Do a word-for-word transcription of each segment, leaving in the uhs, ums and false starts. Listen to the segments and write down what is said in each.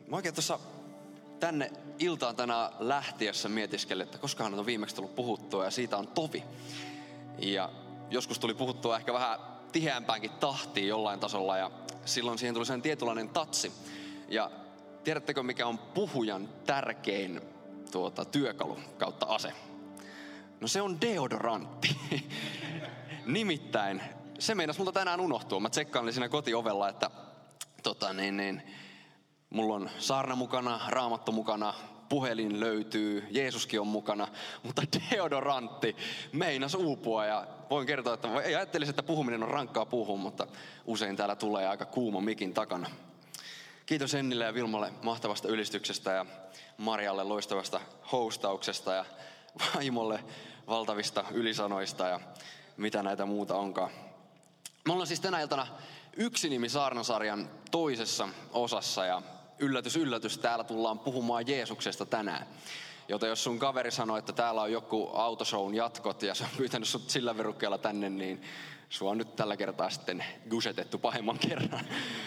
Mä oikein tuossa tänne iltaan tänään lähtiessä mietiskelin, että koskahan on viimeksi tullut puhuttua ja siitä on tovi. Ja joskus tuli puhuttua ehkä vähän tiheämpäänkin tahtiin jollain tasolla ja silloin siihen tuli sen tietynlainen tatsi. Ja tiedättekö mikä on puhujan tärkein tuota, työkalu kautta ase? No se on deodorantti. Nimittäin se meinasi multa tänään unohtua. Mä tsekkailin siinä kotiovella, että tota, niin, niin, mulla on saarna mukana, raamattu mukana, puhelin löytyy, Jeesuskin on mukana, mutta deodorantti meinas uupua ja voin kertoa, että ei ajattelisi, että puhuminen on rankkaa puhua, mutta usein täällä tulee aika kuuma mikin takana. Kiitos Ennille ja Vilmalle mahtavasta ylistyksestä ja Marjalle loistavasta hostauksesta ja vaimolle valtavista ylisanoista ja mitä näitä muuta onkaan. Me ollaan siis tänä iltana Yksi nimi saarnasarjan toisessa osassa ja yllätys, yllätys, täällä tullaan puhumaan Jeesuksesta tänään. Joten jos sun kaveri sanoo, että täällä on joku autoshown jatkot ja se on pyytänyt sut sillä verukkeella tänne, niin sua on nyt tällä kertaa sitten gusetettu pahemman kerran.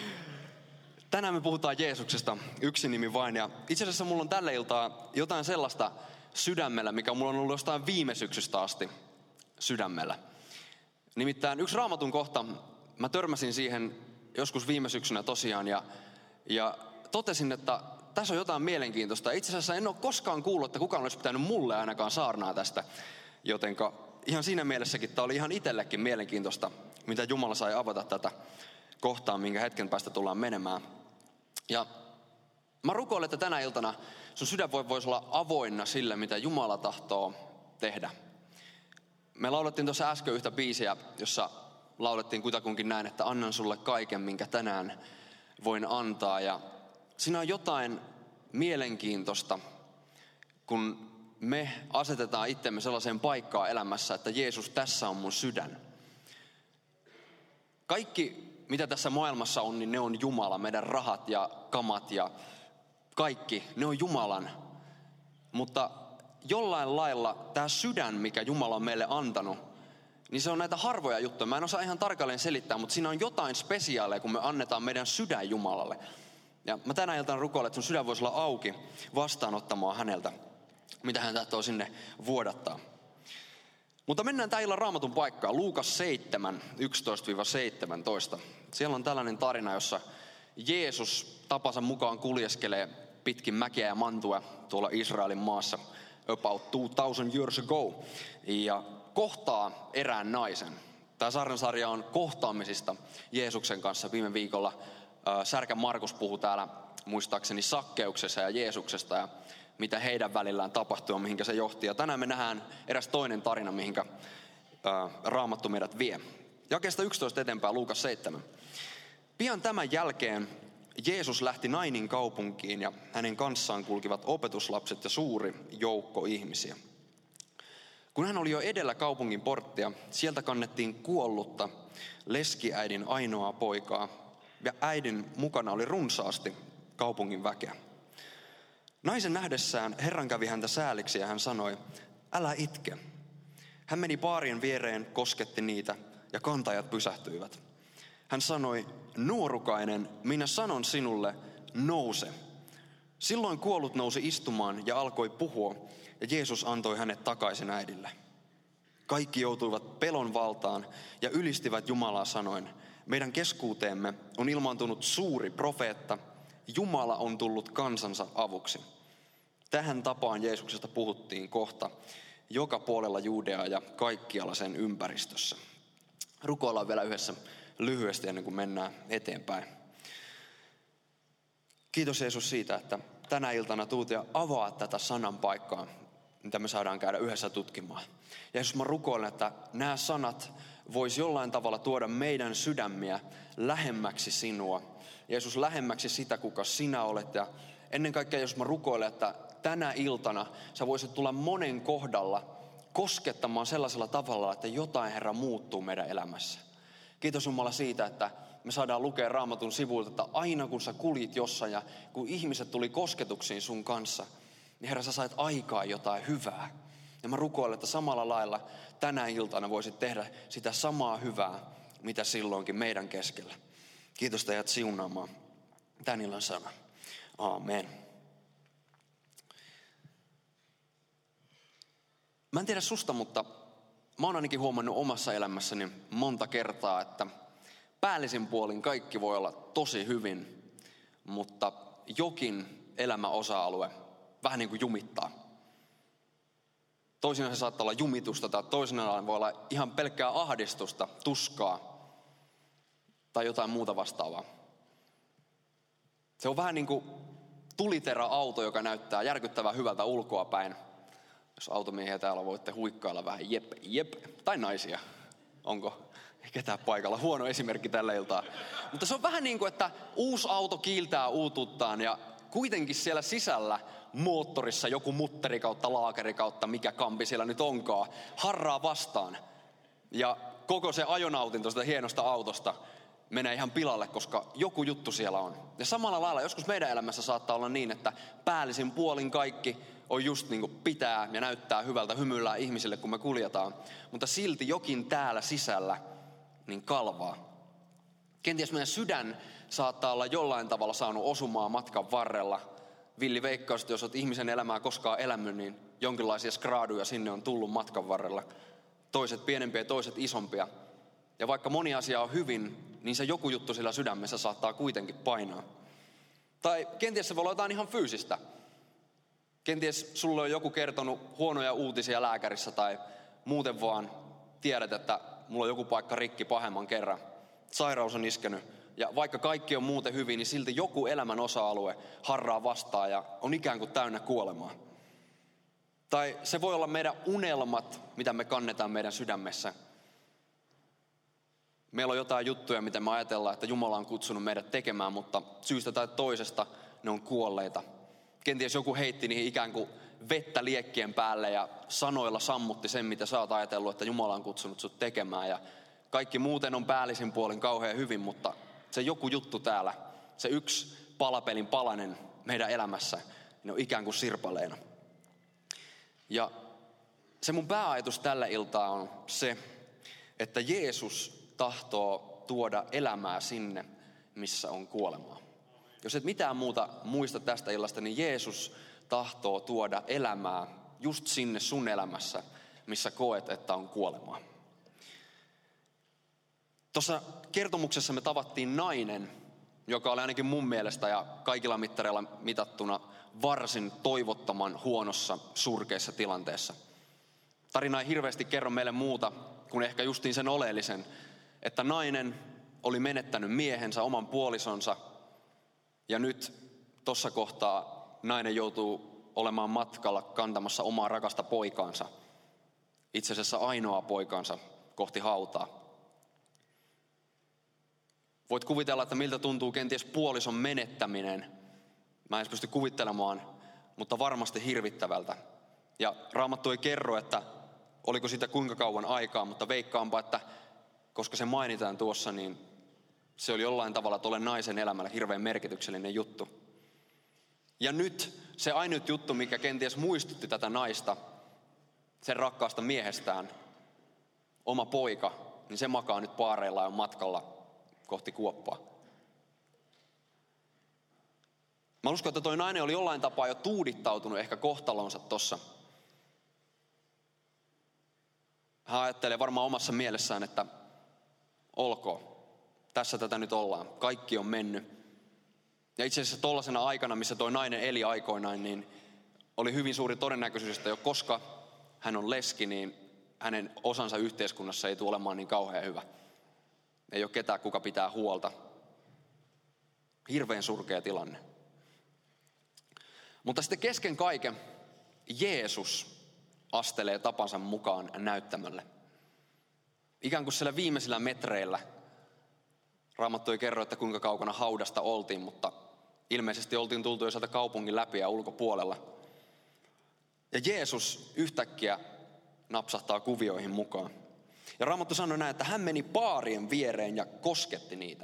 Tänään me puhutaan Jeesuksesta, yksi nimi vain. Ja itse asiassa mulla on tällä iltaa jotain sellaista sydämellä, mikä mulla on ollut jostain viime syksystä asti sydämellä. Nimittäin yksi Raamatun kohta, mä törmäsin siihen joskus viime syksynä tosiaan ja, ja totesin, että tässä on jotain mielenkiintoista. Itse asiassa en ole koskaan kuullut, että kukaan olisi pitänyt mulle ainakaan saarnaa tästä. Jotenka ihan siinä mielessäkin tämä oli ihan itsellekin mielenkiintoista, mitä Jumala sai avata tätä kohtaa, minkä hetken päästä tullaan menemään. Ja mä rukoilen, että tänä iltana sun sydän voi, voisi olla avoinna sille, mitä Jumala tahtoo tehdä. Me laulettiin tuossa äsken yhtä biisiä, jossa laulettiin kutakunkin näin, että annan sulle kaiken, minkä tänään voin antaa. Ja siinä on jotain mielenkiintoista, kun me asetetaan itsemme sellaiseen paikkaan elämässä, että Jeesus, tässä on mun sydän. Kaikki, mitä tässä maailmassa on, niin ne on Jumala. Meidän rahat ja kamat ja kaikki, ne on Jumalan. Mutta jollain lailla tämä sydän, mikä Jumala on meille antanut, niin se on näitä harvoja juttuja. Mä en osaa ihan tarkalleen selittää, mutta siinä on jotain spesiaalia, kun me annetaan meidän sydän Jumalalle. Ja mä tänä iltana rukoilen, että sun sydän voisi olla auki vastaanottamaan häneltä, mitä hän tahtoo sinne vuodattaa. Mutta mennään tämän illan Raamatun paikkaan. Luukas seitsemän, yksitoista seitsemäntoista. Siellä on tällainen tarina, jossa Jeesus tapansa mukaan kuljeskelee pitkin mäkeä ja mantua tuolla Israelin maassa about two thousand years ago. Ja kohtaa erään naisen. Tämä saarnasarja on kohtaamisista Jeesuksen kanssa. Viime viikolla Särkä Markus puhui täällä muistaakseni Sakkeuksessa ja Jeesuksesta ja mitä heidän välillään tapahtui ja mihinkä se johti. Ja tänään me nähdään eräs toinen tarina, mihinkä Raamattu meidät vie. Jakeesta yksitoista eteenpäin, Luukas seitsemän. Pian tämän jälkeen Jeesus lähti Nainin kaupunkiin ja hänen kanssaan kulkivat opetuslapset ja suuri joukko ihmisiä. Kun hän oli jo edellä kaupungin porttia, sieltä kannettiin kuollutta leskiäidin ainoaa poikaa ja äidin mukana oli runsaasti kaupungin väkeä. Naisen nähdessään Herran kävi häntä sääliksi ja hän sanoi, älä itke. Hän meni baarien viereen, kosketti niitä ja kantajat pysähtyivät. Hän sanoi, nuorukainen, minä sanon sinulle, nouse. Silloin kuollut nousi istumaan ja alkoi puhua ja Jeesus antoi hänet takaisin äidille. Kaikki joutuivat pelon valtaan ja ylistivät Jumalaa sanoen, meidän keskuuteemme on ilmaantunut suuri profeetta, Jumala on tullut kansansa avuksi. Tähän tapaan Jeesuksesta puhuttiin kohta joka puolella Juudeaa ja kaikkialla sen ympäristössä. Rukoillaan vielä yhdessä lyhyesti ennen kuin mennään eteenpäin. Kiitos Jeesus siitä, että tänä iltana tuut ja avaa tätä sanan paikkaa, mitä me saadaan käydä yhdessä tutkimaan. Ja Jeesus, mä rukoilen, että nämä sanat voisi jollain tavalla tuoda meidän sydämiä lähemmäksi sinua. Jeesus, lähemmäksi sitä, kuka sinä olet. Ja ennen kaikkea, Jeesus, mä rukoilen, että tänä iltana sä voisit tulla monen kohdalla koskettamaan sellaisella tavalla, että jotain, Herra, muuttuu meidän elämässä. Kiitos Jumala siitä, että me saadaan lukea Raamatun sivuilta, että aina kun sä kulit jossain ja kun ihmiset tuli kosketuksiin sun kanssa, niin Herra, sä sait aikaa jotain hyvää. Ja mä rukoilen, että samalla lailla tänä iltana voisit tehdä sitä samaa hyvää, mitä silloinkin meidän keskellä. Kiitos teidät siunaamaan tän illan sana. Aamen. Mä en tiedä susta, mutta mä oon ainakin huomannut omassa elämässäni monta kertaa, että päällisin puolin kaikki voi olla tosi hyvin, mutta jokin elämäosa-alue vähän niin kuin jumittaa. Toisinaan se saattaa olla jumitusta tai toisinaan voi olla ihan pelkkää ahdistusta, tuskaa tai jotain muuta vastaavaa. Se on vähän niin kuin tuliterä-auto, joka näyttää järkyttävän hyvältä ulkoapäin. Jos automiehiä täällä voitte huikkailla vähän jep, jep, tai naisia. Onko ketään paikalla? Huono esimerkki tällä iltaa. Mutta se on vähän niin kuin, että uusi auto kiiltää uutuuttaan ja kuitenkin siellä sisällä moottorissa joku mutteri kautta laakeri kautta mikä kampi siellä nyt onkaan, harraa vastaan. Ja koko se ajonautinto sitä hienosta autosta menee ihan pilalle, koska joku juttu siellä on. Ja samalla lailla joskus meidän elämässä saattaa olla niin, että päällisin puolin kaikki on just niin kuin pitää ja näyttää hyvältä, hymyillään ihmisille, kun me kuljetaan. Mutta silti jokin täällä sisällä niin kalvaa. Kenties meidän sydän saattaa olla jollain tavalla saanut osumaan matkan varrella. Villi veikkaus, että jos olet ihmisen elämää koskaan elänyt, niin jonkinlaisia skraaduja sinne on tullut matkan varrella. Toiset pienempiä ja toiset isompia. Ja vaikka moni asia on hyvin, niin se joku juttu sillä sydämessä saattaa kuitenkin painaa. Tai kenties se voi olla jotain ihan fyysistä. Kenties sulle on joku kertonut huonoja uutisia lääkärissä tai muuten vaan tiedät, että mulla on joku paikka rikki pahemman kerran. Sairaus on iskenyt ja vaikka kaikki on muuten hyvin, niin silti joku elämän osa-alue harraa vastaan ja on ikään kuin täynnä kuolemaa. Tai se voi olla meidän unelmat, mitä me kannetaan meidän sydämessä. Meillä on jotain juttuja, mitä me ajatellaan, että Jumala on kutsunut meidät tekemään, mutta syystä tai toisesta ne on kuolleita. Kenties joku heitti niihin ikään kuin vettä liekkien päälle ja sanoilla sammutti sen, mitä sä oot ajatellut, että Jumala on kutsunut sut tekemään. Ja kaikki muuten on päällisin puolin kauhean hyvin, mutta se joku juttu täällä, se yksi palapelin palanen meidän elämässä, ne on ikään kuin sirpaleena. Ja se mun pääajatus tällä iltaa on se, että Jeesus tahtoo tuoda elämää sinne, missä on kuolemaa. Jos et mitään muuta muista tästä illasta, niin Jeesus tahtoo tuoda elämää just sinne sun elämässä, missä koet, että on kuolemaa. Tuossa kertomuksessa me tavattiin nainen, joka oli ainakin mun mielestä ja kaikilla mittareilla mitattuna varsin toivottoman huonossa, surkeassa tilanteessa. Tarina ei hirveästi kerro meille muuta kuin ehkä justiin sen oleellisen, että nainen oli menettänyt miehensä, oman puolisonsa, ja nyt tuossa kohtaa nainen joutuu olemaan matkalla kantamassa omaa rakasta poikaansa, itse asiassa ainoaa poikaansa kohti hautaa. Voit kuvitella, että miltä tuntuu kenties puolison menettäminen. Mä en edes pysty kuvittelemaan, mutta varmasti hirvittävältä. Ja Raamattu ei kerro, että oliko siitä kuinka kauan aikaa, mutta veikkaanpa, että koska se mainitaan tuossa, niin se oli jollain tavalla tuolle naisen elämällä hirveän merkityksellinen juttu. Ja nyt se ainut juttu, mikä kenties muistutti tätä naista, sen rakkaasta miehestään, oma poika, niin se makaa nyt paareilla ja on matkalla kohti kuoppaa. Mä uskon, että toi nainen oli jollain tapaa jo tuudittautunut ehkä kohtalonsa tossa. Hän ajattelee varmaan omassa mielessään, että olkoon, tässä tätä nyt ollaan, kaikki on mennyt. Ja itse asiassa tollasena aikana, missä toi nainen eli aikoinaan, niin oli hyvin suuri todennäköisyys, että jo koska hän on leski, niin hänen osansa yhteiskunnassa ei tule olemaan niin kauhean hyvä. Ei ole ketään, kuka pitää huolta. Hirveän surkea tilanne. Mutta sitten kesken kaiken Jeesus astelee tapansa mukaan näyttämölle. Ikään kuin siellä viimeisillä metreillä. Raamattu ei kerro, että kuinka kaukana haudasta oltiin, mutta ilmeisesti oltiin tultu jo sieltä kaupungin läpi ja ulkopuolella. Ja Jeesus yhtäkkiä napsahtaa kuvioihin mukaan. Ja Raamattu sanoi näin, että hän meni paarien viereen ja kosketti niitä.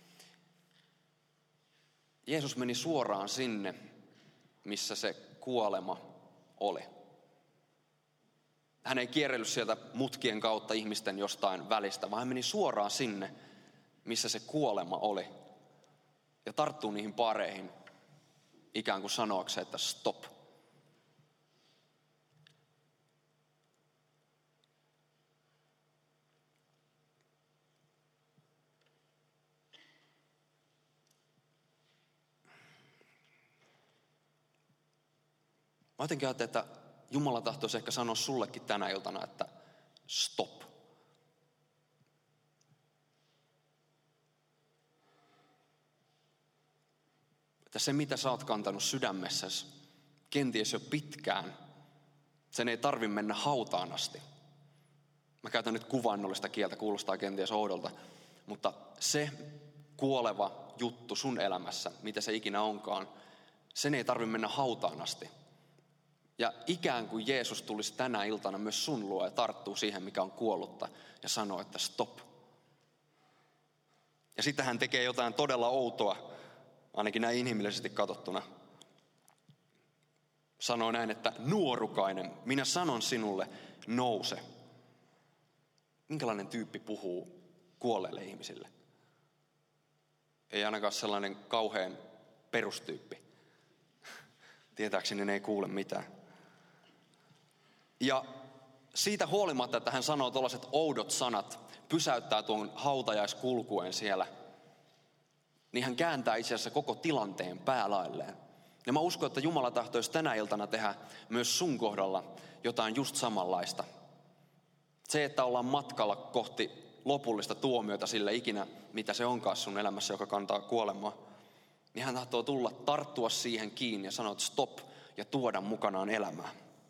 Jeesus meni suoraan sinne, missä se kuolema oli. Hän ei kierrellyt sieltä mutkien kautta ihmisten jostain välistä, vaan hän meni suoraan sinne, missä se kuolema oli. Ja tarttuu niihin paareihin ikään kuin sanoakseen, että stop. Mä jotenkin ajattelin, että Jumala tahtoisi ehkä sanoa sullekin tänä iltana, että stop. Että se, mitä sä oot kantanut sydämessäsi, kenties jo pitkään, sen ei tarvi mennä hautaan asti. Mä käytän nyt kuvannollista kieltä, kuulostaa kenties oudolta, mutta se kuoleva juttu sun elämässä, mitä se ikinä onkaan, sen ei tarvi mennä hautaan asti. Ja ikään kuin Jeesus tulisi tänä iltana myös sun luo ja tarttuu siihen, mikä on kuollutta ja sanoo, että stop. Ja sitten hän tekee jotain todella outoa, ainakin näin inhimillisesti katsottuna. Sanoo näin, että nuorukainen, minä sanon sinulle, nouse. Minkälainen tyyppi puhuu kuolleille ihmisille? Ei ainakaan sellainen kauhean perustyyppi. Tietääkseni ne ei kuule mitään. Ja siitä huolimatta, että hän sanoo tuollaiset oudot sanat, pysäyttää tuon hautajaiskulkueen siellä, niin hän kääntää itse asiassa koko tilanteen päälailleen. Ja mä uskon, että Jumala tahtoisi tänä iltana tehdä myös sun kohdalla jotain just samanlaista. Se, että ollaan matkalla kohti lopullista tuomiota sille ikinä, mitä se onkaan sun elämässä, joka kantaa kuolemaa, niin hän tahtoo tulla, tarttua siihen kiinni ja sanoa, että stop, ja tuoda mukanaan elämää.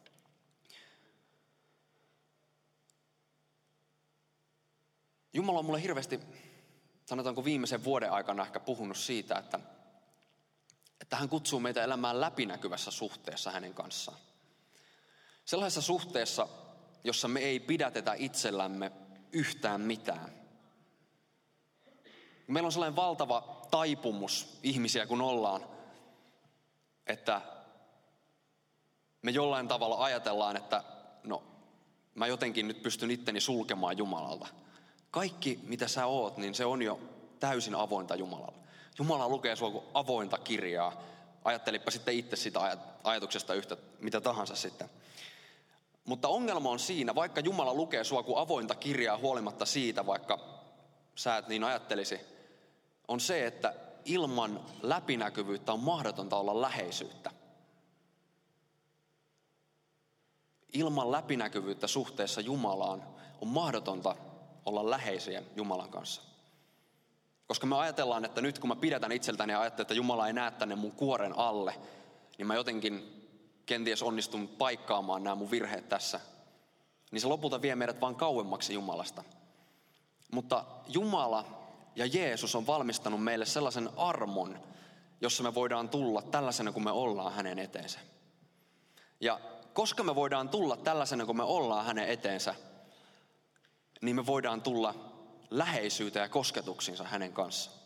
Jumala on mulle hirveästi, sanotaanko viimeisen vuoden aikana ehkä puhunut siitä, että, että hän kutsuu meitä elämään läpinäkyvässä suhteessa hänen kanssaan. Sellaisessa suhteessa, jossa me ei pidätetä itsellämme yhtään mitään. Meillä on sellainen valtava taipumus ihmisiä kun ollaan, että me jollain tavalla ajatellaan, että no mä jotenkin nyt pystyn itteni sulkemaan Jumalalta. Kaikki mitä sä oot, niin se on jo täysin avointa Jumalalle. Jumala lukee sua kuin avointa kirjaa. Ajattelippa sitten itse sitä ajatuksesta yhtä mitä tahansa sitten. Mutta ongelma on siinä, vaikka Jumala lukee sua kuin avointa kirjaa huolimatta siitä, vaikka sä et niin ajattelisi, on se, että ilman läpinäkyvyyttä on mahdotonta olla läheisyyttä. Ilman läpinäkyvyyttä suhteessa Jumalaan on mahdotonta olla läheisiä Jumalan kanssa. Koska me ajatellaan, että nyt kun mä pidätän itseltäni ja ajattelen, että Jumala ei näe tänne mun kuoren alle, niin mä jotenkin kenties onnistun paikkaamaan nämä mun virheet tässä. Niin se lopulta vie meidät vaan kauemmaksi Jumalasta. Mutta Jumala ja Jeesus on valmistanut meille sellaisen armon, jossa me voidaan tulla tällaisena kuin me ollaan hänen eteensä. Ja koska me voidaan tulla tällaisena kuin me ollaan hänen eteensä, niin me voidaan tulla läheisyyteen ja kosketuksiinsa hänen kanssaan.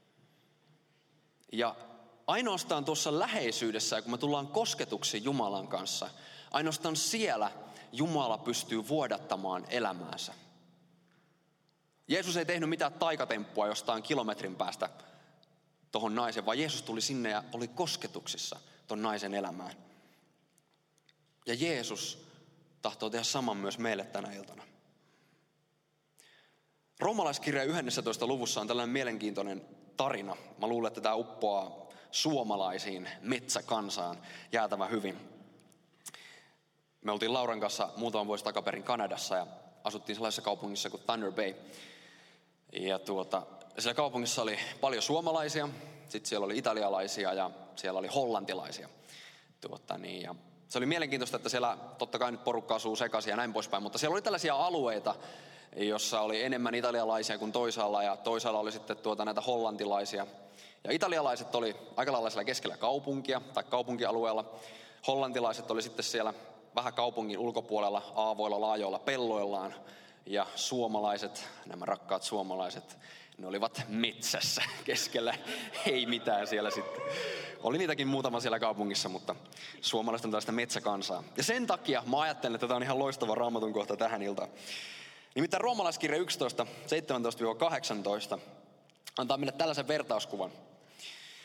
Ja ainoastaan tuossa läheisyydessä, kun me tullaan kosketuksiin Jumalan kanssa, ainoastaan siellä Jumala pystyy vuodattamaan elämäänsä. Jeesus ei tehnyt mitään taikatemppua jostain kilometrin päästä tohon naisen, vaan Jeesus tuli sinne ja oli kosketuksissa ton naisen elämään. Ja Jeesus tahtoo tehdä saman myös meille tänä iltana. Roomalaiskirjan yhdentoista luvussa on tällainen mielenkiintoinen tarina. Mä luulen, että tämä uppoaa suomalaisiin metsäkansaan jäätävän hyvin. Me oltiin Lauran kanssa muutaman vuosi takaperin Kanadassa ja asuttiin sellaisessa kaupungissa kuin Thunder Bay. Ja tuota, siellä kaupungissa oli paljon suomalaisia, sitten siellä oli italialaisia ja siellä oli hollantilaisia. Tuota, niin, ja se oli mielenkiintoista, että siellä totta kai nyt porukka asuu sekaisin ja näin poispäin, mutta siellä oli tällaisia alueita, jossa oli enemmän italialaisia kuin toisaalla ja toisaalla oli sitten tuota näitä hollantilaisia. Ja italialaiset oli aika lailla siellä keskellä kaupunkia tai kaupunkialueella. Hollantilaiset oli sitten siellä vähän kaupungin ulkopuolella aavoilla laajoilla pelloillaan. Ja suomalaiset, nämä rakkaat suomalaiset, ne olivat metsässä keskellä, ei mitään siellä sitten. Oli niitäkin muutama siellä kaupungissa, mutta suomalaiset on tällaista metsäkansaa. Ja sen takia mä ajattelen, että tämä on ihan loistava raamatun kohta tähän iltaan. Nimittäin Roomalaiskirja yksitoista, seitsemäntoista kahdeksantoista antaa meille tällaisen vertauskuvan.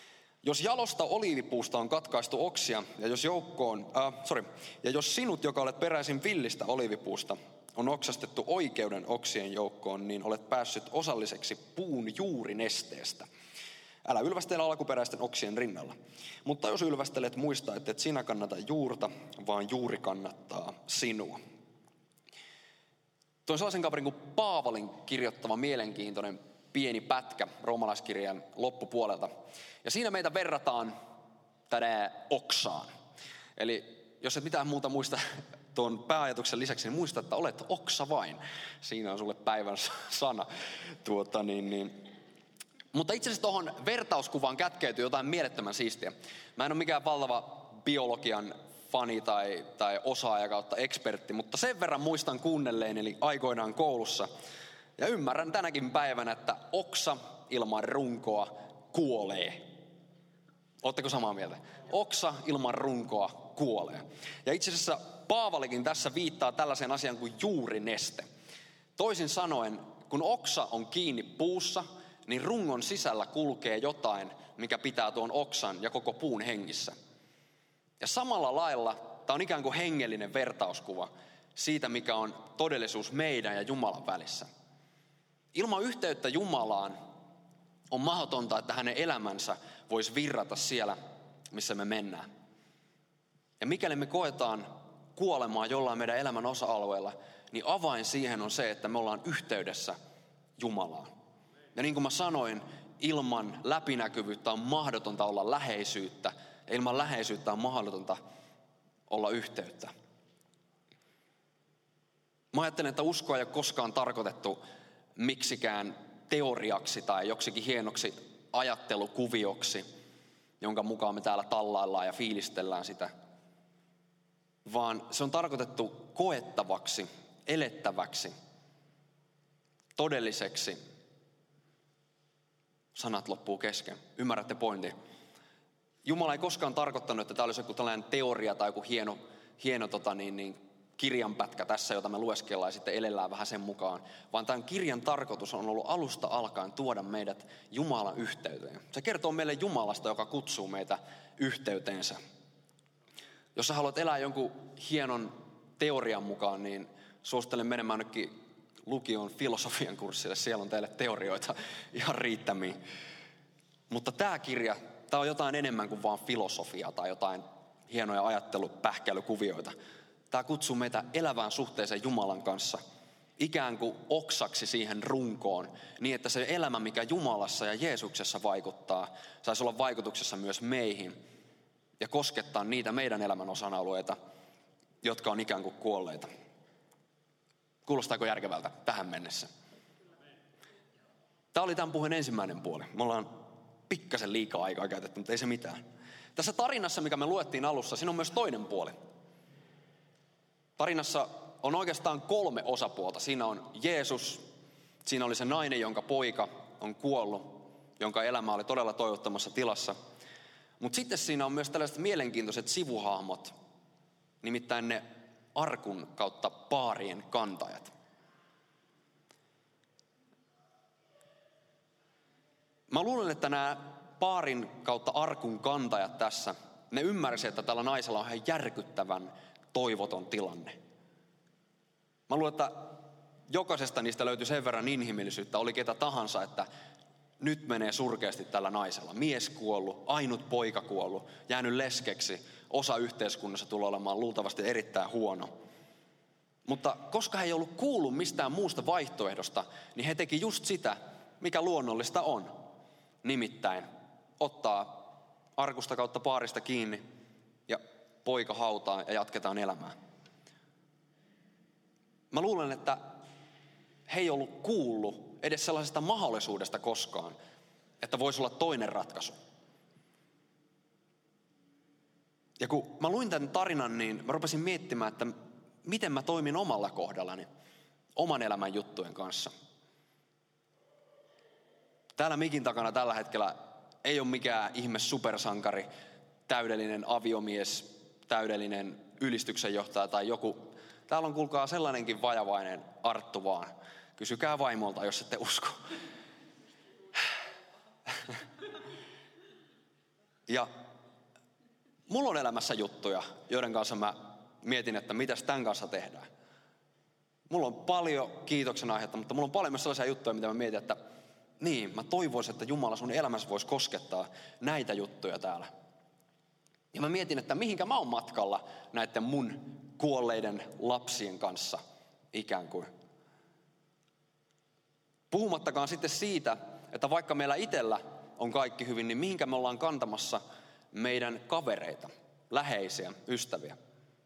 Jos jalosta oliivipuusta on katkaistu oksia, ja jos joukkoon, äh, sorry, ja jos sinut, joka olet peräisin villistä oliivipuusta, on oksastettu oikeuden oksien joukkoon, niin olet päässyt osalliseksi puun juurinesteestä. Älä ylvästele alkuperäisten oksien rinnalla. Mutta jos ylvästelet, muista, että et sinä kannata juurta, vaan juuri kannattaa sinua. Tuo on sellaisen kaverin kuin Paavalin kirjoittama mielenkiintoinen pieni pätkä roomalaiskirjan loppupuolelta. Ja siinä meitä verrataan tänne oksaan. Eli jos et mitään muuta muista tuon pääajatuksen lisäksi, niin muista, että olet oksa vain. Siinä on sulle päivän sana. Tuota, niin, niin. Mutta itse asiassa tuohon vertauskuvaan kätkeytyy jotain mielettömän siistiä. Mä en ole mikään valtava biologian fani tai, tai osaaja kautta ekspertti, mutta sen verran muistan kuunnelleen, eli aikoinaan koulussa. Ja ymmärrän tänäkin päivänä, että oksa ilman runkoa kuolee. Oletteko samaa mieltä? Oksa ilman runkoa kuolee. Ja itse asiassa Paavalikin tässä viittaa tällaiseen asiaan kuin juurineste. Toisin sanoen, kun oksa on kiinni puussa, niin rungon sisällä kulkee jotain, mikä pitää tuon oksan ja koko puun hengissä. Ja samalla lailla tämä on ikään kuin hengellinen vertauskuva siitä, mikä on todellisuus meidän ja Jumalan välissä. Ilman yhteyttä Jumalaan on mahdotonta, että hänen elämänsä voisi virrata siellä, missä me mennään. Ja mikäli me koetaan kuolemaa jollain meidän elämän osa-alueella, niin avain siihen on se, että me ollaan yhteydessä Jumalaan. Ja niin kuin mä sanoin, ilman läpinäkyvyyttä on mahdotonta olla läheisyyttä, ja ilman läheisyyttä on mahdotonta olla yhteyttä. Mä ajattelen, että uskoa ei ole koskaan tarkoitettu miksikään teoriaksi tai joksikin hienoksi ajattelukuvioksi, jonka mukaan me täällä tallaillaan ja fiilistellään sitä. Vaan se on tarkoitettu koettavaksi, elettäväksi, todelliseksi. Sanat loppuu kesken. Ymmärrätte pointin? Jumala ei koskaan tarkoittanut, että tämä olisi joku tällainen teoria tai joku hieno, hieno tota niin, niin, kirjanpätkä tässä, jota me lueskellaan ja sitten elellään vähän sen mukaan. Vaan tämän kirjan tarkoitus on ollut alusta alkaen tuoda meidät Jumalan yhteyteen. Se kertoo meille Jumalasta, joka kutsuu meitä yhteyteensä. Jos sä haluat elää jonkun hienon teorian mukaan, niin suosittelen menemään ainakin lukion filosofian kurssille. Siellä on teille teorioita ihan riittämiin. Mutta tämä kirja, tämä on jotain enemmän kuin vaan filosofiaa tai jotain hienoja ajattelupähkäilykuvioita. Tämä kutsuu meitä elävään suhteeseen Jumalan kanssa, ikään kuin oksaksi siihen runkoon, niin että se elämä, mikä Jumalassa ja Jeesuksessa vaikuttaa, saisi olla vaikutuksessa myös meihin ja koskettaa niitä meidän elämän osa-alueita, jotka on ikään kuin kuolleita. Kuulostaako järkevältä tähän mennessä? Tämä oli tämän puheen ensimmäinen puoli. Me ollaan pikkasen liikaa aikaa käytetty, mutta ei se mitään. Tässä tarinassa, mikä me luettiin alussa, siinä on myös toinen puoli. Tarinassa on oikeastaan kolme osapuolta. Siinä on Jeesus, siinä oli se nainen, jonka poika on kuollut, jonka elämä oli todella toivottomassa tilassa. Mutta sitten siinä on myös tällaiset mielenkiintoiset sivuhahmot, nimittäin ne arkun kautta paarien kantajat. Mä luulen, että nämä paarin kautta arkun kantajat tässä, ne ymmärsivät, että tällä naisella on ihan järkyttävän toivoton tilanne. Mä luulen, että jokaisesta niistä löytyi sen verran inhimillisyyttä, oli ketä tahansa, että nyt menee surkeasti tällä naisella. Mies kuollut, ainut poika kuollut, jäänyt leskeksi, osa yhteiskunnassa tulee olemaan luultavasti erittäin huono. Mutta koska he ei ollut kuullut mistään muusta vaihtoehdosta, niin he teki just sitä, mikä luonnollista on. Nimittäin ottaa arkusta kautta paarista kiinni ja poika hautaan ja jatketaan elämää. Mä luulen, että he ei ollut kuullut edes sellaisesta mahdollisuudesta koskaan, että voisi olla toinen ratkaisu. Ja kun mä luin tämän tarinan, niin mä rupesin miettimään, että miten mä toimin omalla kohdallani, oman elämän juttujen kanssa. Täällä mikin takana tällä hetkellä ei ole mikään ihme supersankari, täydellinen aviomies, täydellinen ylistyksenjohtaja tai joku. Täällä on kuulkaa sellainenkin vajavainen Arttu vaan. Kysykää vaimolta, jos ette usko. Ja mulla on elämässä juttuja, joiden kanssa mä mietin, että mitäs tämän kanssa tehdään. Mulla on paljon kiitoksen aihetta, mutta mulla on paljon myös sellaisia juttuja, mitä mä mietin, että niin, mä toivoisin, että Jumala sun elämässä voisi koskettaa näitä juttuja täällä. Ja mä mietin, että mihinkä mä oon matkalla näiden mun kuolleiden lapsien kanssa ikään kuin. Puhumattakaan sitten siitä, että vaikka meillä itsellä on kaikki hyvin, niin mihinkä me ollaan kantamassa meidän kavereita, läheisiä, ystäviä.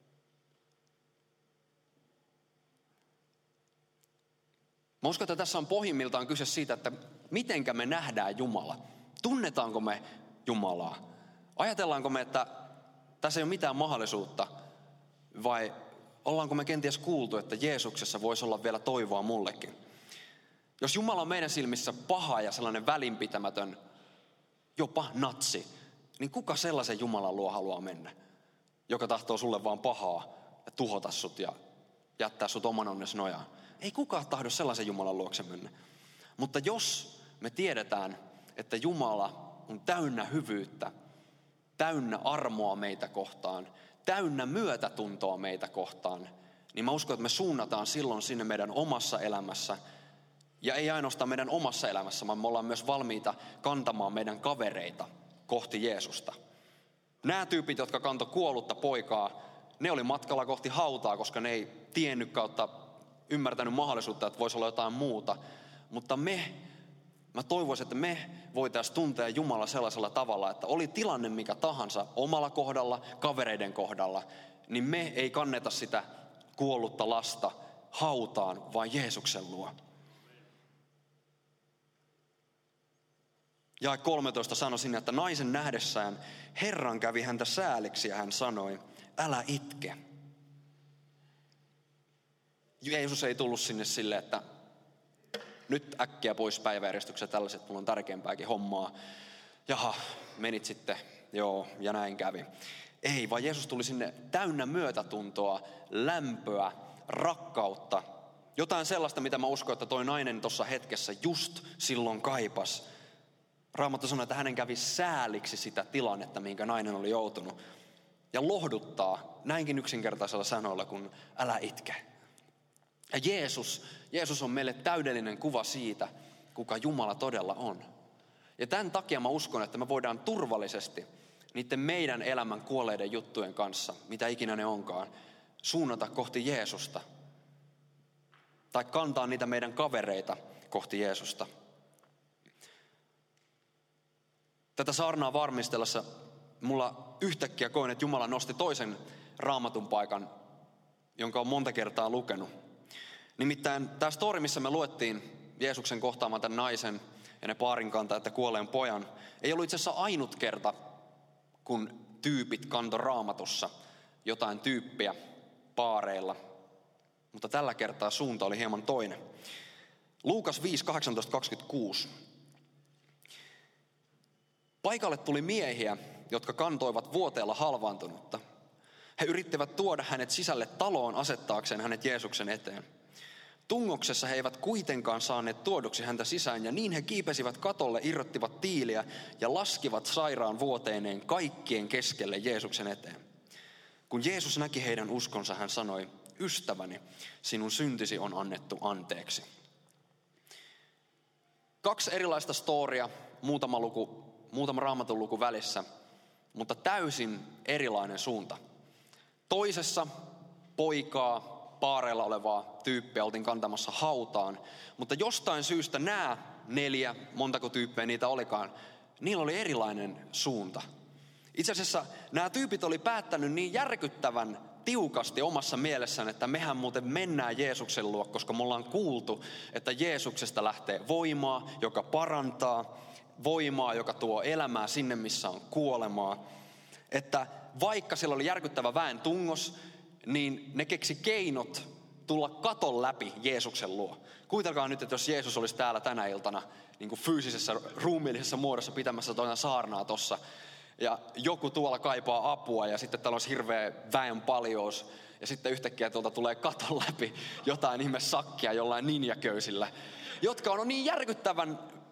Mä uskon, että tässä on pohjimmiltaan kyse siitä, että mitenkä me nähdään Jumala. Tunnetaanko me Jumalaa? Ajatellaanko me, että tässä ei ole mitään mahdollisuutta? Vai ollaanko me kenties kuultu, että Jeesuksessa voisi olla vielä toivoa mullekin? Jos Jumala on meidän silmissä paha ja sellainen välinpitämätön, jopa natsi, niin kuka sellaisen Jumalan luo haluaa mennä? Joka tahtoo sulle vaan pahaa ja tuhota sut ja jättää sut oman onnesi nojaan. Ei kukaan tahdo sellaisen Jumalan luokse mennä. Mutta jos me tiedetään, että Jumala on täynnä hyvyyttä, täynnä armoa meitä kohtaan, täynnä myötätuntoa meitä kohtaan, niin mä uskon, että me suunnataan silloin sinne meidän omassa elämässä. Ja ei ainoastaan meidän omassa elämässä, vaan me ollaan myös valmiita kantamaan meidän kavereita kohti Jeesusta. Nämä tyypit, jotka kantoi kuollutta poikaa, ne oli matkalla kohti hautaa, koska ne ei tiennyt kautta ymmärtänyt mahdollisuutta, että voisi olla jotain muuta. Mutta me, mä toivoisin, että me voitaisiin tuntea Jumala sellaisella tavalla, että oli tilanne mikä tahansa omalla kohdalla, kavereiden kohdalla, niin me ei kanneta sitä kuollutta lasta hautaan, vaan Jeesuksen luo. Jae kolmetoista sanoi sinne, että naisen nähdessään Herran kävi häntä sääliksi ja hän sanoi, älä itke. Jeesus ei tullut sinne sille, että nyt äkkiä pois päiväjärjestyksestä tällaiset, mulla on tärkeämpääkin hommaa. Jaha, menit sitten, joo, ja näin kävi. Ei, vaan Jeesus tuli sinne täynnä myötätuntoa, lämpöä, rakkautta. Jotain sellaista, mitä mä uskon, että toi nainen tuossa hetkessä just silloin kaipas. Raamattu sanoi, että hänen kävi sääliksi sitä tilannetta, minkä nainen oli joutunut. Ja lohduttaa näinkin yksinkertaisella sanoilla, kun älä itke. Ja Jeesus, Jeesus on meille täydellinen kuva siitä, kuka Jumala todella on. Ja tämän takia mä uskon, että me voidaan turvallisesti niiden meidän elämän kuolleiden juttujen kanssa, mitä ikinä ne onkaan, suunnata kohti Jeesusta. Tai kantaa niitä meidän kavereita kohti Jeesusta. Tätä saarnaa varmistellessa mulla yhtäkkiä koin, että Jumala nosti toisen raamatun paikan, jonka on monta kertaa lukenut. Nimittäin tämä story, missä me luettiin Jeesuksen kohtaamaan tämän naisen ja ne paarin kantaa, että kuolleen pojan, ei ollut itse asiassa ainut kerta, kun tyypit kanto raamatussa jotain tyyppiä paareilla. Mutta tällä kertaa suunta oli hieman toinen. Luukas viisi, kahdeksantoista kaksikymmentäkuusi. Paikalle tuli miehiä, jotka kantoivat vuoteella halvaantunutta. He yrittivät tuoda hänet sisälle taloon asettaakseen hänet Jeesuksen eteen. Tungoksessa he eivät kuitenkaan saaneet tuoduksi häntä sisään, ja niin he kiipesivät katolle, irrottivat tiiliä ja laskivat sairaan vuoteineen kaikkien keskelle Jeesuksen eteen. Kun Jeesus näki heidän uskonsa, hän sanoi, ystäväni, sinun syntisi on annettu anteeksi. Kaksi erilaista storia, muutama, luku, muutama raamatun luku välissä, mutta täysin erilainen suunta. Toisessa poikaa, paareilla olevaa tyyppiä oltiin kantamassa hautaan, mutta jostain syystä nämä neljä, montako tyyppiä niitä olikaan, niillä oli erilainen suunta. Itse asiassa nämä tyypit oli päättänyt niin järkyttävän tiukasti omassa mielessään, että mehän muuten mennään Jeesuksen luo, koska me ollaan kuultu, että Jeesuksesta lähtee voimaa, joka parantaa, voimaa, joka tuo elämää sinne, missä on kuolemaa. Että vaikka siellä oli järkyttävä väen tungos, niin ne keksi keinot tulla katon läpi Jeesuksen luo. Kuvitelkaa nyt, että jos Jeesus olisi täällä tänä iltana niin kuin fyysisessä, ruumiillisessa muodossa pitämässä toinen saarnaa tossa, ja joku tuolla kaipaa apua ja sitten täällä olisi hirveä väen paljous, ja sitten yhtäkkiä tuolta tulee katon läpi jotain ihme sakkia jollain ninjaköysillä, jotka on niin järkyttävän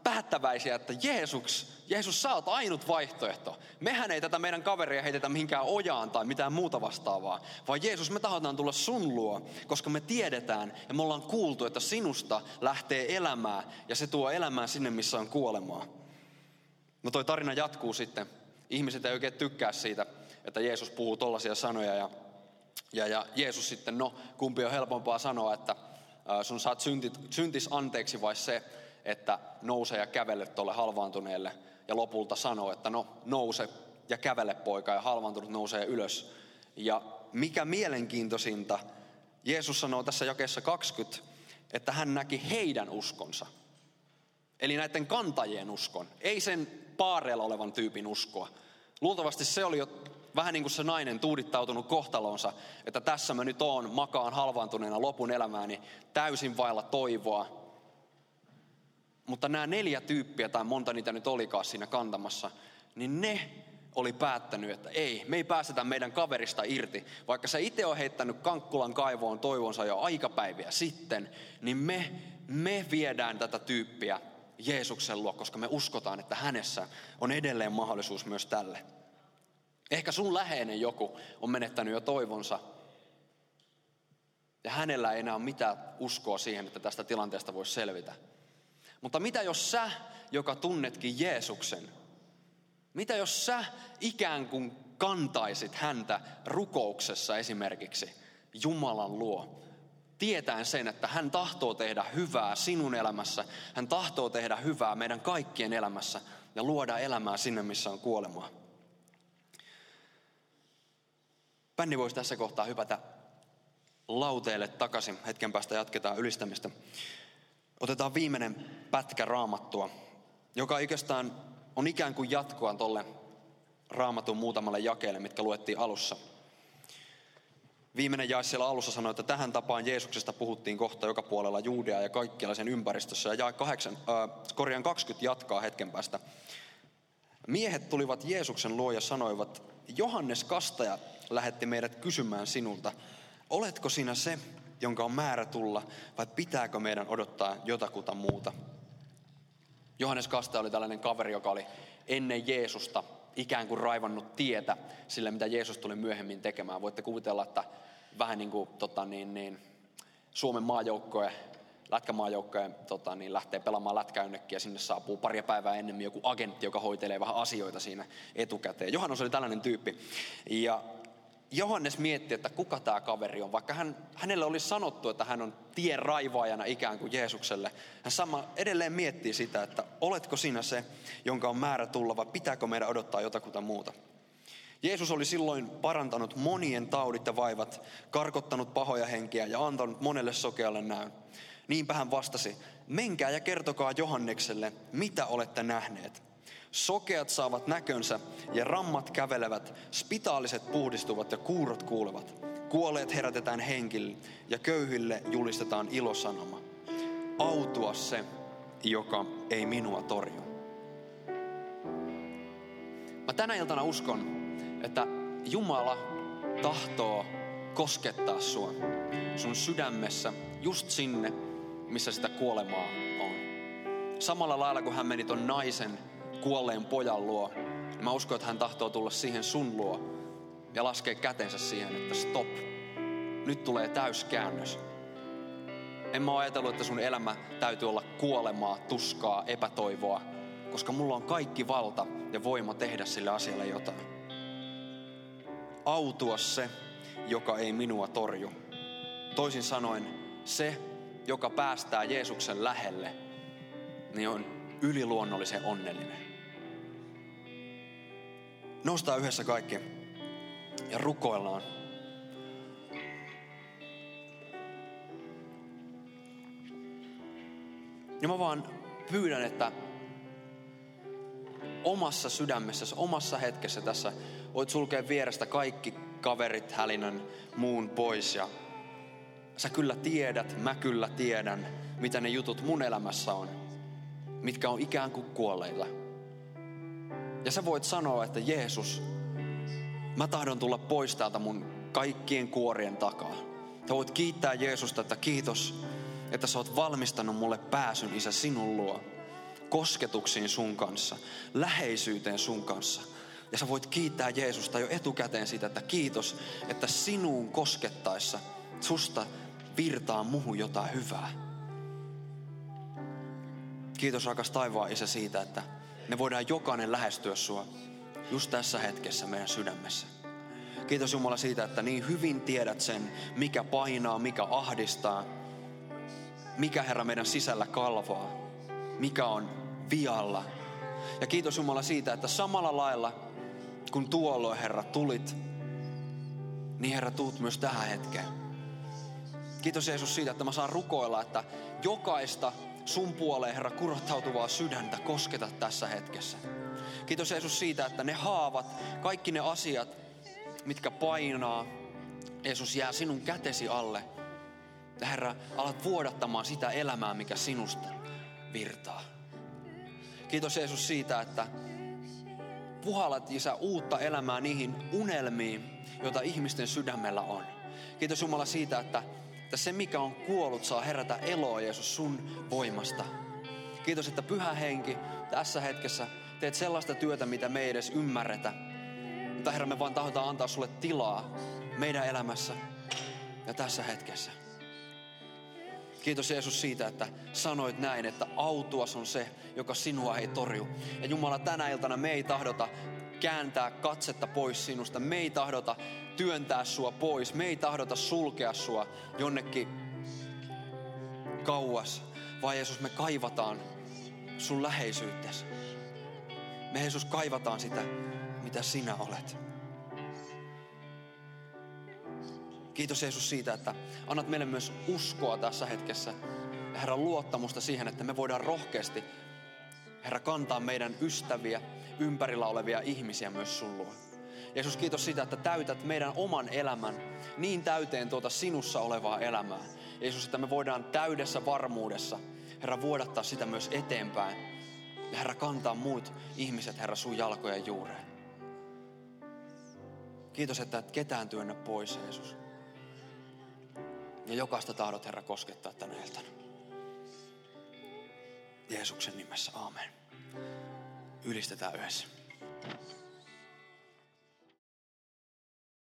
päättäväisiä, että Jeesus, Jeesus sä oot ainut vaihtoehto. Mehän ei tätä meidän kaveria heitetä mihinkään ojaan tai mitään muuta vastaavaa, vaan Jeesus, me tahdotaan tulla sun luo, koska me tiedetään ja me ollaan kuultu, että sinusta lähtee elämää ja se tuo elämää sinne, missä on kuolemaa. No toi tarina jatkuu sitten. Ihmiset ei oikein tykkää siitä, että Jeesus puhuu tollaisia sanoja ja, ja, ja Jeesus sitten, no kumpi on helpompaa sanoa, että sun saat syntit, syntis anteeksi vai se, että nouse ja kävele tuolle halvaantuneelle ja lopulta sanoo, että no nouse ja kävele poika ja halvaantunut nousee ylös. Ja mikä mielenkiintoisinta, Jeesus sanoo tässä jakeessa kaksikymmentä, että hän näki heidän uskonsa. Eli näiden kantajien uskon, ei sen paareella olevan tyypin uskoa. Luultavasti se oli jo vähän niin kuin se nainen tuudittautunut kohtalonsa, että tässä mä nyt oon, makaan halvaantuneena lopun elämääni, täysin vailla toivoa. Mutta nämä neljä tyyppiä, tai monta niitä nyt olikaan siinä kantamassa, niin ne oli päättänyt, että ei, me ei päästetä meidän kaverista irti. Vaikka se itse on heittänyt Kankkulan kaivoon toivonsa jo aikapäiviä sitten, niin me, me viedään tätä tyyppiä Jeesuksen luo, koska me uskotaan, että hänessä on edelleen mahdollisuus myös tälle. Ehkä sun läheinen joku on menettänyt jo toivonsa. Ja hänellä ei enää ole mitään uskoa siihen, että tästä tilanteesta voisi selvitä. Mutta mitä jos sä, joka tunnetkin Jeesuksen, mitä jos sä ikään kuin kantaisit häntä rukouksessa esimerkiksi Jumalan luo, tietäen sen, että hän tahtoo tehdä hyvää sinun elämässä, hän tahtoo tehdä hyvää meidän kaikkien elämässä ja luoda elämää sinne, missä on kuolemaa. Bändi voisi tässä kohtaa hypätä lauteelle takaisin. Hetken päästä jatketaan ylistämistä. Otetaan viimeinen pätkä Raamattua, joka oikeastaan on ikään kuin jatkoa tolle Raamatun muutamalle jakeelle, mitkä luettiin alussa. Viimeinen jae siellä alussa sanoi, että tähän tapaan Jeesuksesta puhuttiin kohta joka puolella Juudeaa ja kaikkialla sen ympäristössä. Ja jae kahdeksan, äh, korjaan kaksikymmentä jatkaa hetken päästä. Miehet tulivat Jeesuksen luo ja sanoivat, Johannes Kastaja lähetti meidät kysymään sinulta, oletko sinä se, jonka on määrä tulla, vai pitääkö meidän odottaa jotakuta muuta? Johannes Kastaja oli tällainen kaveri, joka oli ennen Jeesusta ikään kuin raivannut tietä sille, mitä Jeesus tuli myöhemmin tekemään. Voitte kuvitella, että vähän niin kuin tota, niin, niin, Suomen maajoukkojen, lätkämaajoukkojen tota, niin, lähtee pelaamaan lätkää jonnekin ja sinne saapuu paria päivää ennemmin joku agentti, joka hoitelee vähän asioita siinä etukäteen. Johannes oli tällainen tyyppi. Ja Johannes mietti, että kuka tämä kaveri on, vaikka hän, hänelle oli sanottu, että hän on tien raivaajana ikään kuin Jeesukselle. Hän sama edelleen miettii sitä, että oletko sinä se, jonka on määrä tulla, vai pitääkö meidän odottaa jotakuta muuta. Jeesus oli silloin parantanut monien taudit ja vaivat, karkottanut pahoja henkiä ja antanut monelle sokealle näyn. Niinpä hän vastasi, menkää ja kertokaa Johannekselle, mitä olette nähneet. Sokeat saavat näkönsä ja rammat kävelevät, spitaaliset puhdistuvat ja kuurot kuulevat. Kuolleet herätetään henkille ja köyhille julistetaan ilosanoma. Autua se, joka ei minua torju. Mä tänä iltana uskon, että Jumala tahtoo koskettaa sua sun sydämessä just sinne, missä sitä kuolemaa on. Samalla lailla kun hän meni ton naisen kuolleen pojan luo, niin mä uskon, että hän tahtoo tulla siihen sun luo ja laskea kätensä siihen, että stop, nyt tulee täyskäännös. En mä ajatellut, että sun elämä täytyy olla kuolemaa, tuskaa, epätoivoa, koska mulla on kaikki valta ja voima tehdä sille asialle jotain. Autua se, joka ei minua torju. Toisin sanoen, se, joka päästää Jeesuksen lähelle, niin on yliluonnollisen onnellinen. Noustaan yhdessä kaikki ja rukoillaan. Ja mä vaan pyydän, että omassa sydämessäsi, omassa hetkessä tässä voit sulkea vierestä kaikki kaverit, hälinän, muun pois. Ja sä kyllä tiedät, mä kyllä tiedän, mitä ne jutut mun elämässä on, mitkä on ikään kuin kuolleilla. Ja sä voit sanoa, että Jeesus, mä tahdon tulla pois täältä mun kaikkien kuorien takaa. Sä voit kiittää Jeesusta, että kiitos, että sä oot valmistanut mulle pääsyn, Isä, sinun luo. kosketuksiin sun kanssa, läheisyyteen sun kanssa. Ja sä voit kiittää Jeesusta jo etukäteen siitä, että kiitos, että sinuun koskettaessa susta virtaa muhun jotain hyvää. Kiitos rakas taivaan Isä siitä, että me voidaan jokainen lähestyä sua just tässä hetkessä meidän sydämessä. Kiitos Jumala siitä, että niin hyvin tiedät sen, mikä painaa, mikä ahdistaa, mikä Herra meidän sisällä kalvaa, mikä on vialla. Ja kiitos Jumala siitä, että samalla lailla kun tuolloin Herra tulit, niin Herra tuut myös tähän hetkeen. Kiitos Jeesus siitä, että mä saan rukoilla, että jokaista sun puoleen Herra kurottautuvaa sydäntä kosketa tässä hetkessä. Kiitos Jeesus siitä, että ne haavat, kaikki ne asiat, mitkä painaa, Jeesus jää sinun kätesi alle. Ja Herra, alat vuodattamaan sitä elämää, mikä sinusta virtaa. Kiitos Jeesus siitä, että puhallat Isä uutta elämää niihin unelmiin, joita ihmisten sydämellä on. Kiitos Jumala siitä, että, että se mikä on kuollut saa herätä eloa Jeesus sun voimasta. Kiitos, että Pyhä Henki tässä hetkessä teet sellaista työtä, mitä me ei edes ymmärretä. Mutta Herra, me vaan tahdotaan antaa sulle tilaa meidän elämässä ja tässä hetkessä. Kiitos Jeesus siitä, että sanoit näin, että autuas on se, joka sinua ei torju. Ja Jumala, tänä iltana me ei tahdota kääntää katsetta pois sinusta. Me ei tahdota työntää sua pois. Me ei tahdota sulkea sua jonnekin kauas. Vaan Jeesus, me kaivataan sun läheisyyttäsi. Me Jeesus kaivataan sitä, mitä sinä olet. Kiitos Jeesus siitä, että annat meille myös uskoa tässä hetkessä. Ja Herra, luottamusta siihen, että me voidaan rohkeasti, Herra, kantaa meidän ystäviä, ympärillä olevia ihmisiä myös sun luo. Jeesus, kiitos siitä, että täytät meidän oman elämän niin täyteen tuota sinussa olevaa elämää. Jeesus, että me voidaan täydessä varmuudessa, Herra, vuodattaa sitä myös eteenpäin. Ja Herra, kantaa muut ihmiset, Herra, sun jalkojen juureen. Kiitos, että et ketään työnnä pois, Jeesus. Ja jokaista tahdot, Herra, koskettaa tänä iltana. Jeesuksen nimessä, aamen. Ylistetään yhdessä.